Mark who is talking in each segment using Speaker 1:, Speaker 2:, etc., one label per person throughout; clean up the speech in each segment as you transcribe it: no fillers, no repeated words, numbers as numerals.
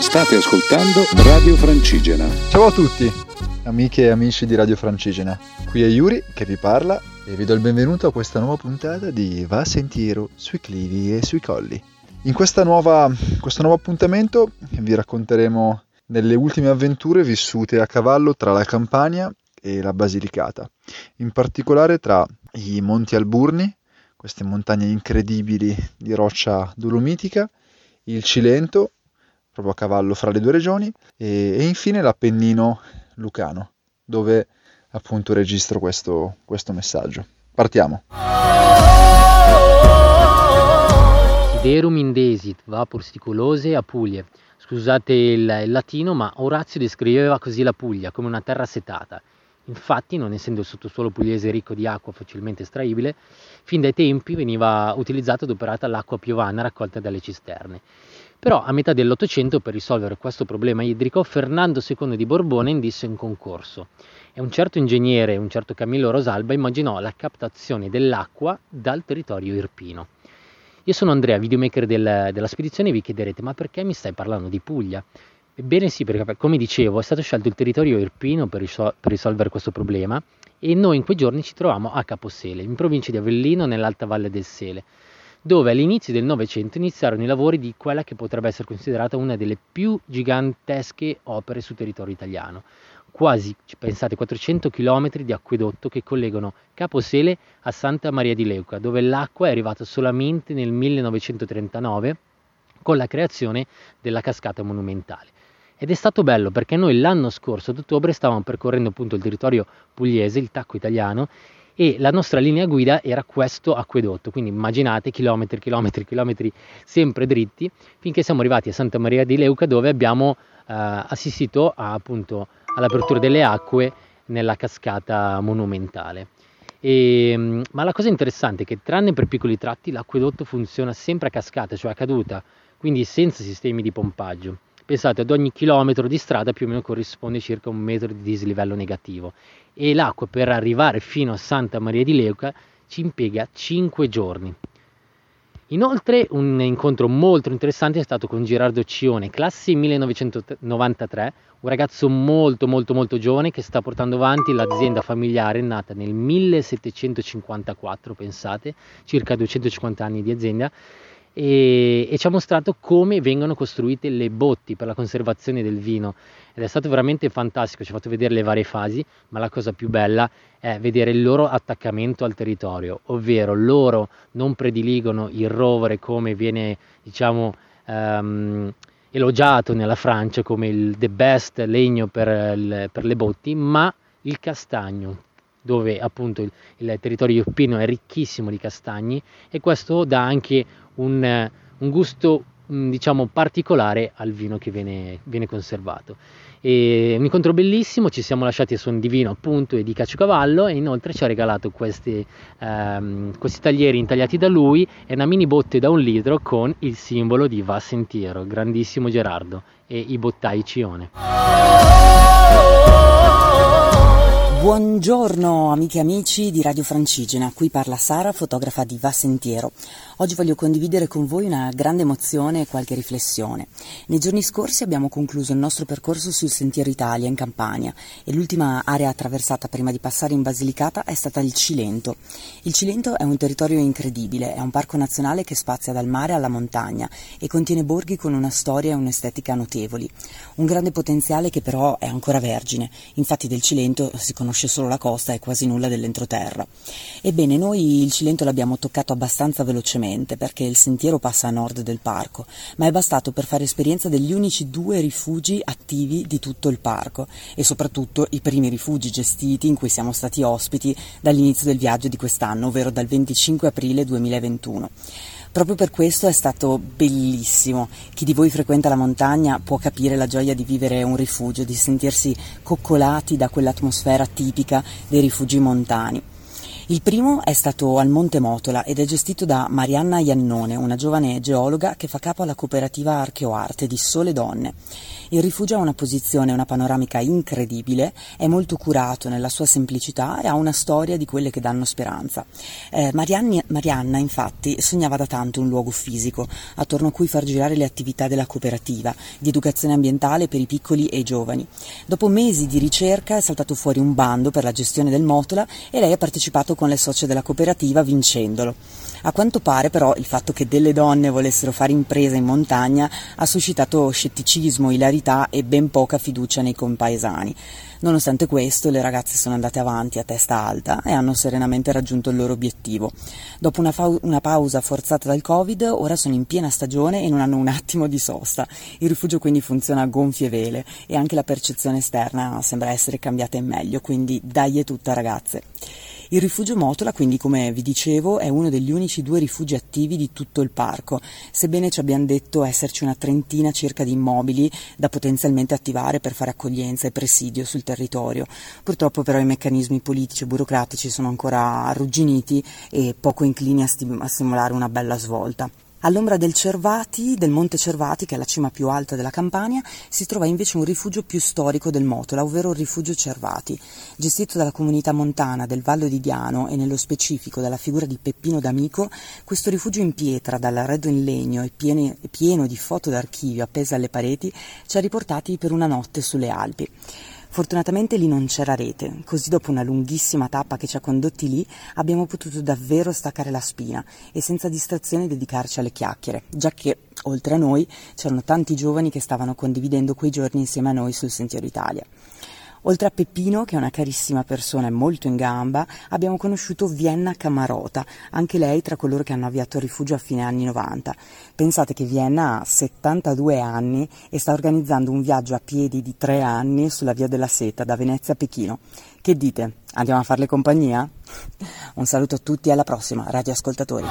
Speaker 1: State ascoltando Radio Francigena.
Speaker 2: Ciao a tutti, amiche e amici di Radio Francigena. Qui è Yuri che vi parla e vi do il benvenuto a questa nuova puntata di Va a Sentiero sui clivi e sui colli. In questo nuovo appuntamento vi racconteremo delle ultime avventure vissute a cavallo tra la Campania e la Basilicata, in particolare tra i Monti Alburni, queste montagne incredibili di roccia dolomitica, il Cilento, proprio a cavallo fra le due regioni, e infine l'Appennino lucano, dove appunto registro questo messaggio. Partiamo!
Speaker 3: Siderum indesit, vapor sticulose Apulie. Scusate il latino, ma Orazio descriveva così la Puglia, come una terra setata. Infatti, non essendo il sottosuolo pugliese ricco di acqua facilmente estraibile, fin dai tempi veniva utilizzata ed operata l'acqua piovana raccolta dalle cisterne. Però a metà dell'Ottocento, per risolvere questo problema idrico, Fernando II di Borbone indisse un concorso e un certo ingegnere, un certo Camillo Rosalba, immaginò la captazione dell'acqua dal territorio irpino. Io sono Andrea, videomaker della spedizione, e vi chiederete: ma perché mi stai parlando di Puglia? Ebbene sì, perché come dicevo è stato scelto il territorio irpino per risolvere questo problema, e noi in quei giorni ci trovavamo a Caposele, in provincia di Avellino, nell'Alta Valle del Sele, dove all'inizio del Novecento iniziarono i lavori di quella che potrebbe essere considerata una delle più gigantesche opere sul territorio italiano. Quasi, pensate, 400 km di acquedotto che collegano Caposele a Santa Maria di Leuca, dove l'acqua è arrivata solamente nel 1939 con la creazione della cascata monumentale. Ed è stato bello perché noi l'anno scorso, ad ottobre, stavamo percorrendo appunto il territorio pugliese, il Tacco italiano, e la nostra linea guida era questo acquedotto, quindi immaginate chilometri sempre dritti, finché siamo arrivati a Santa Maria di Leuca, dove abbiamo assistito appunto all'apertura delle acque nella cascata monumentale. Ma la cosa interessante è che, tranne per piccoli tratti, l'acquedotto funziona sempre a cascata, cioè a caduta, quindi senza sistemi di pompaggio. Pensate, ad ogni chilometro di strada più o meno corrisponde circa 1 metro di dislivello negativo, e l'acqua per arrivare fino a Santa Maria di Leuca ci impiega 5 giorni. Inoltre un incontro molto interessante è stato con Gerardo Cione, classe 1993, un ragazzo molto giovane che sta portando avanti l'azienda familiare nata nel 1754, pensate, circa 250 anni di azienda, e ci ha mostrato come vengono costruite le botti per la conservazione del vino, ed è stato veramente fantastico. Ci ha fatto vedere le varie fasi, ma la cosa più bella è vedere il loro attaccamento al territorio, ovvero loro non prediligono il rovere, come viene elogiato nella Francia come il the best legno per le botti, ma il castagno, dove appunto il territorio irpino è ricchissimo di castagni, e questo dà anche un gusto particolare al vino che viene conservato. E un incontro bellissimo, ci siamo lasciati a suon di vino appunto e di caciocavallo, e inoltre ci ha regalato questi taglieri intagliati da lui e una mini botte da 1 litro con il simbolo di Va Sentiero, grandissimo Gerardo, e i bottai Cione.
Speaker 4: Buongiorno amiche e amici di Radio Francigena, qui parla Sara, fotografa di Va Sentiero. Oggi voglio condividere con voi una grande emozione e qualche riflessione. Nei giorni scorsi abbiamo concluso il nostro percorso sul Sentiero Italia in Campania, e l'ultima area attraversata prima di passare in Basilicata è stata il Cilento. Il Cilento è un territorio incredibile, è un parco nazionale che spazia dal mare alla montagna e contiene borghi con una storia e un'estetica notevoli. Un grande potenziale che però è ancora vergine, infatti del Cilento si conosce solo la costa e quasi nulla dell'entroterra. Ebbene, noi il Cilento l'abbiamo toccato abbastanza velocemente perché il sentiero passa a nord del parco, ma è bastato per fare esperienza degli unici 2 rifugi attivi di tutto il parco, e soprattutto i primi rifugi gestiti in cui siamo stati ospiti dall'inizio del viaggio di quest'anno, ovvero dal 25 aprile 2021. Proprio per questo è stato bellissimo. Chi di voi frequenta la montagna può capire la gioia di vivere un rifugio, di sentirsi coccolati da quell'atmosfera tipica dei rifugi montani. Il primo è stato al Monte Motola ed è gestito da Marianna Iannone, una giovane geologa che fa capo alla cooperativa Archeoarte di Sole Donne. Il rifugio ha una posizione e una panoramica incredibile, è molto curato nella sua semplicità e ha una storia di quelle che danno speranza. Marianna infatti sognava da tanto un luogo fisico attorno a cui far girare le attività della cooperativa di educazione ambientale per i piccoli e i giovani. Dopo mesi di ricerca è saltato fuori un bando per la gestione del Motola e lei ha partecipato con le socie della cooperativa vincendolo. A quanto pare però il fatto che delle donne volessero fare impresa in montagna ha suscitato scetticismo, ilarità e ben poca fiducia nei compaesani. Nonostante questo, le ragazze sono andate avanti a testa alta e hanno serenamente raggiunto il loro obiettivo. Dopo una pausa forzata dal Covid, ora sono in piena stagione e non hanno un attimo di sosta. Il rifugio quindi funziona a gonfie vele e anche la percezione esterna sembra essere cambiata in meglio, quindi dai è tutta ragazze. Il rifugio Motola, quindi, come vi dicevo, è uno degli unici 2 rifugi attivi di tutto il parco, sebbene ci abbiano detto esserci una trentina circa di immobili da potenzialmente attivare per fare accoglienza e presidio sul territorio. Purtroppo però i meccanismi politici e burocratici sono ancora arrugginiti e poco inclini a stimolare una bella svolta. All'ombra del Monte Cervati, che è la cima più alta della Campania, si trova invece un rifugio più storico del Motola, ovvero il rifugio Cervati. Gestito dalla comunità montana del Vallo di Diano e nello specifico dalla figura di Peppino D'Amico, questo rifugio in pietra, dall'arredo in legno e pieno di foto d'archivio appese alle pareti, ci ha riportati per una notte sulle Alpi. Fortunatamente lì non c'era rete, così dopo una lunghissima tappa che ci ha condotti lì abbiamo potuto davvero staccare la spina e senza distrazione dedicarci alle chiacchiere, giacché oltre a noi c'erano tanti giovani che stavano condividendo quei giorni insieme a noi sul Sentiero Italia. Oltre a Peppino, che è una carissima persona e molto in gamba, abbiamo conosciuto Vienna Camarota, anche lei tra coloro che hanno avviato il rifugio a fine anni 90. Pensate che Vienna ha 72 anni e sta organizzando un viaggio a piedi di 3 anni sulla Via della Seta, da Venezia a Pechino. Che dite? Andiamo a farle compagnia? Un saluto a tutti e alla prossima, radioascoltatori.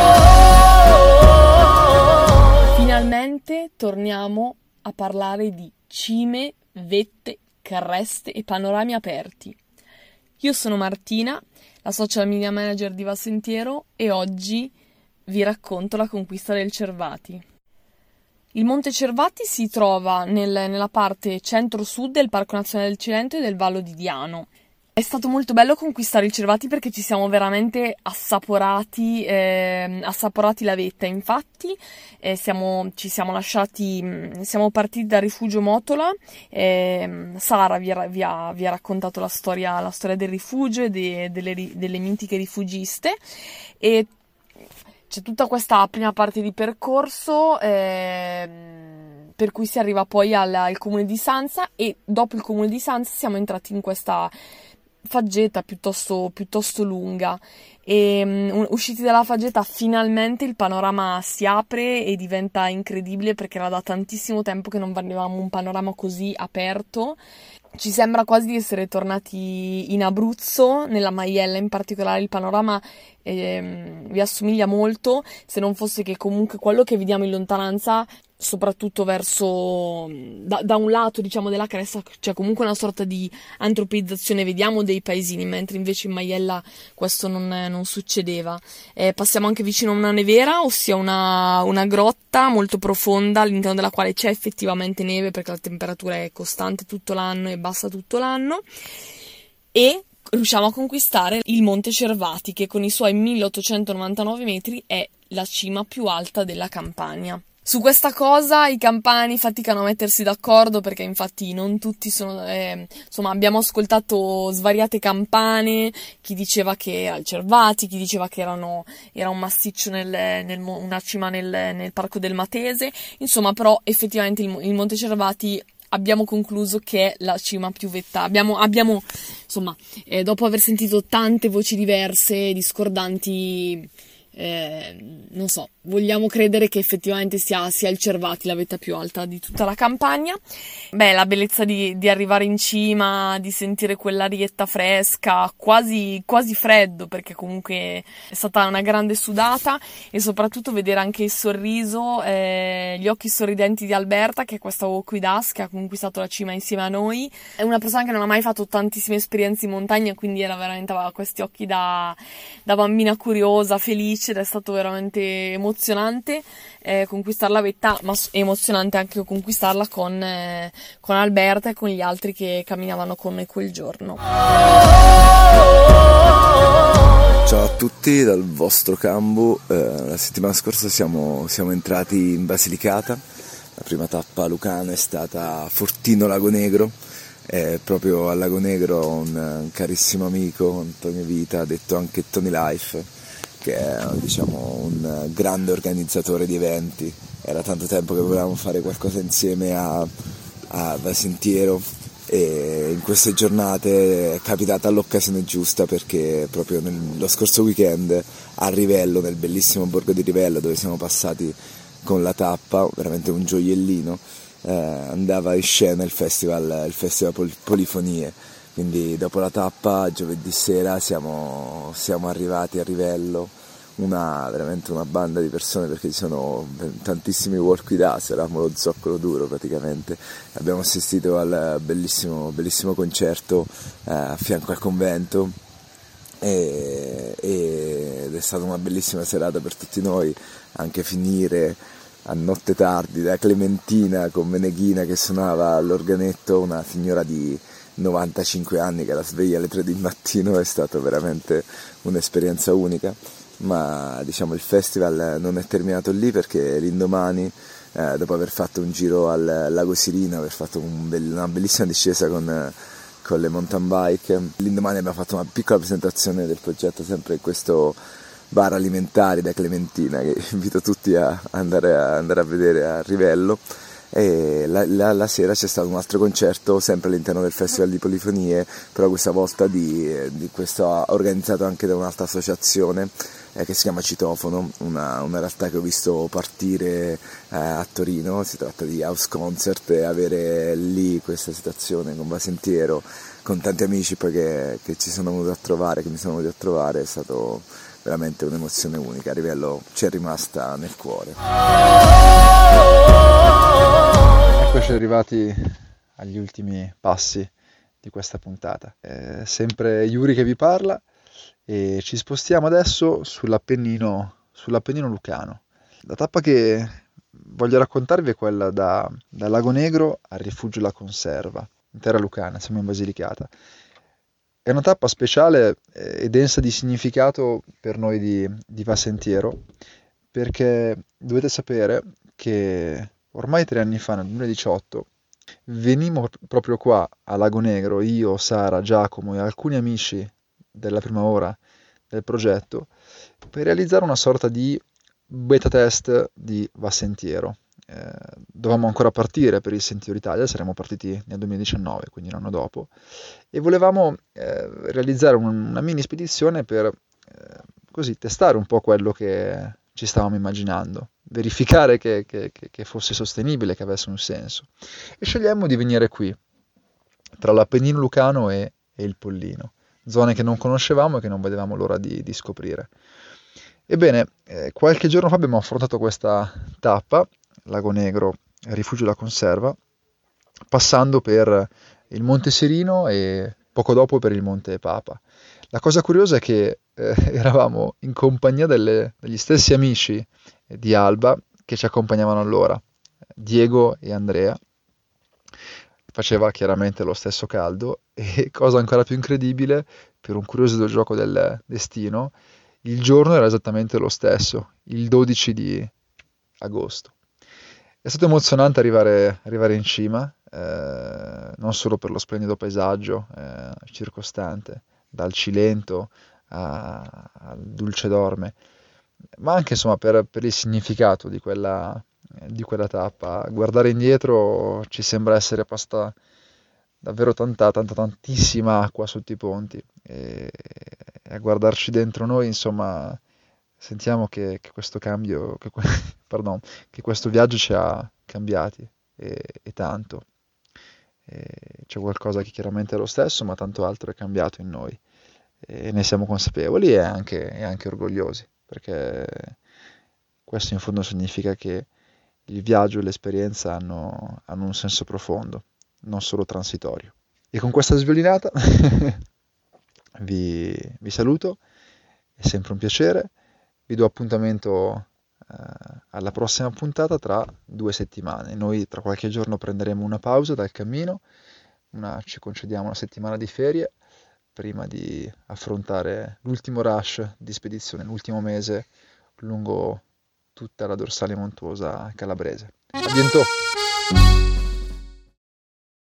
Speaker 5: Finalmente torniamo a parlare di cime, vette, carreste e panorami aperti. Io sono Martina, la social media manager di Va Sentiero, e oggi vi racconto la conquista del Cervati. Il Monte Cervati si trova nella parte centro-sud del Parco Nazionale del Cilento e del Vallo di Diano. È stato molto bello conquistare il Cervati perché ci siamo veramente assaporati la vetta. Infatti siamo partiti dal rifugio Motola. Sara vi ha raccontato la storia del rifugio e delle mitiche rifugiste, e c'è tutta questa prima parte di percorso per cui si arriva poi al comune di Sanza, e dopo il comune di Sanza siamo entrati in questa faggeta piuttosto lunga, e usciti dalla faggeta finalmente il panorama si apre e diventa incredibile, perché era da tantissimo tempo che non vedevamo un panorama così aperto. Ci sembra quasi di essere tornati in Abruzzo, nella Maiella in particolare. Il panorama vi assomiglia molto, se non fosse che comunque quello che vediamo in lontananza, soprattutto verso da un lato, diciamo, della cresta, c'è comunque una sorta di antropizzazione, vediamo dei paesini, mentre invece in Maiella questo non succedeva. Passiamo anche vicino a una nevera, ossia una grotta molto profonda, all'interno della quale c'è effettivamente neve, perché la temperatura è costante tutto l'anno e bassa tutto l'anno, e riusciamo a conquistare il Monte Cervati, che con i suoi 1899 metri è la cima più alta della Campania. Su questa cosa i campani faticano a mettersi d'accordo, perché infatti non tutti sono... insomma, abbiamo ascoltato svariate campane, chi diceva che era il Cervati, chi diceva che era un massiccio una cima nel Parco del Matese. Insomma, però effettivamente il Monte Cervati abbiamo concluso che è la cima più vetta. Abbiamo insomma, dopo aver sentito tante voci diverse, discordanti, non so, vogliamo credere che effettivamente sia il Cervati la vetta più alta di tutta la Campania. Beh, la bellezza di arrivare in cima, di sentire quell'arietta fresca, quasi freddo, perché comunque è stata una grande sudata, e soprattutto vedere anche il sorriso, gli occhi sorridenti di Alberta, che è questa walk with us, che ha conquistato la cima insieme a noi. È una persona che non ha mai fatto tantissime esperienze in montagna, quindi aveva questi occhi da bambina curiosa, felice, ed è stato veramente emozionante conquistare la vetta, ma è emozionante anche conquistarla con Alberta e con gli altri che camminavano con noi quel giorno.
Speaker 6: Ciao a tutti dal vostro Cambu. La settimana scorsa siamo entrati in Basilicata. La prima tappa lucana è stata Fortino Lago Negro. Proprio al Lago Negro ho un carissimo amico, Antonio Vita, detto anche Tony Life, che è un grande organizzatore di eventi. Era tanto tempo che volevamo fare qualcosa insieme a Vasentiero, e in queste giornate è capitata l'occasione giusta, perché proprio lo scorso weekend a Rivello, nel bellissimo borgo di Rivello, dove siamo passati con la tappa, veramente un gioiellino, andava in scena il festival Polifonie. Quindi dopo la tappa, giovedì sera, siamo arrivati a Rivello, veramente una banda di persone, perché ci sono tantissimi walk with us, eravamo lo zoccolo duro praticamente. Abbiamo assistito al bellissimo concerto a fianco al convento, ed è stata una bellissima serata per tutti noi, anche finire a notte tardi da Clementina con Meneghina che suonava all'organetto, una signora di 95 anni che era sveglia alle 3 del mattino. È stata veramente un'esperienza unica, ma il festival non è terminato lì, perché l'indomani, dopo aver fatto un giro al Lago Sirino, aver fatto una bellissima discesa con le mountain bike, l'indomani abbiamo fatto una piccola presentazione del progetto, sempre in questo bar alimentari da Clementina, che invito tutti a andare a vedere a Rivello. E la sera c'è stato un altro concerto sempre all'interno del Festival di Polifonie, però questa volta di questo organizzato anche da un'altra associazione che si chiama Citofono, una realtà che ho visto partire a Torino. Si tratta di House Concert, e avere lì questa situazione con Vasentiero, con tanti amici poi che ci sono venuti a trovare, che mi sono venuti a trovare, è stato veramente un'emozione unica. A Rivello ci è rimasta nel cuore.
Speaker 2: Eccoci arrivati agli ultimi passi di questa puntata. Sempre Yuri che vi parla, e ci spostiamo adesso sull'Appennino lucano. La tappa che voglio raccontarvi è quella da Lago Negro al Rifugio La Conserva, in terra lucana, siamo in Basilicata. È una tappa speciale e densa di significato per noi di Vasentiero, perché dovete sapere che ormai 3 anni fa, nel 2018, venimmo proprio qua a Lago Negro, io, Sara, Giacomo e alcuni amici della prima ora del progetto, per realizzare una sorta di beta test di Vasentiero. Dovevamo ancora partire per il Sentiero Italia, saremmo partiti nel 2019, quindi l'anno dopo, e volevamo realizzare una mini spedizione per così testare un po' quello che ci stavamo immaginando, verificare che fosse sostenibile, che avesse un senso, e scegliemmo di venire qui, tra l'Appennino lucano e il Pollino, zone che non conoscevamo e che non vedevamo l'ora di scoprire. Ebbene, qualche giorno fa abbiamo affrontato questa tappa, Lago Negro, Rifugio La Conserva, passando per il Monte Serino e poco dopo per il Monte Papa. La cosa curiosa è che eravamo in compagnia degli stessi amici di Alba che ci accompagnavano allora, Diego e Andrea. Faceva chiaramente lo stesso caldo e, cosa ancora più incredibile, per un curioso gioco del destino, il giorno era esattamente lo stesso, il 12 di agosto. È stato emozionante arrivare in cima, non solo per lo splendido paesaggio circostante, dal Cilento al Dulce Dorme, ma anche insomma per il significato di quella tappa. Guardare indietro ci sembra essere passata davvero tantissima acqua sotto i ponti, e a guardarci dentro noi insomma sentiamo che questo cambio, pardon, che questo viaggio ci ha cambiati e tanto. E c'è qualcosa che chiaramente è lo stesso, ma tanto altro è cambiato in noi. E ne siamo consapevoli e anche orgogliosi, perché questo in fondo significa che il viaggio e l'esperienza hanno un senso profondo, non solo transitorio. E con questa sviolinata vi saluto, è sempre un piacere, vi do appuntamento alla prossima puntata tra 2 settimane. Noi tra qualche giorno prenderemo una pausa dal cammino, ci concediamo una settimana di ferie prima di affrontare l'ultimo rush di spedizione, l'ultimo mese lungo tutta la dorsale montuosa calabrese. A bientôt!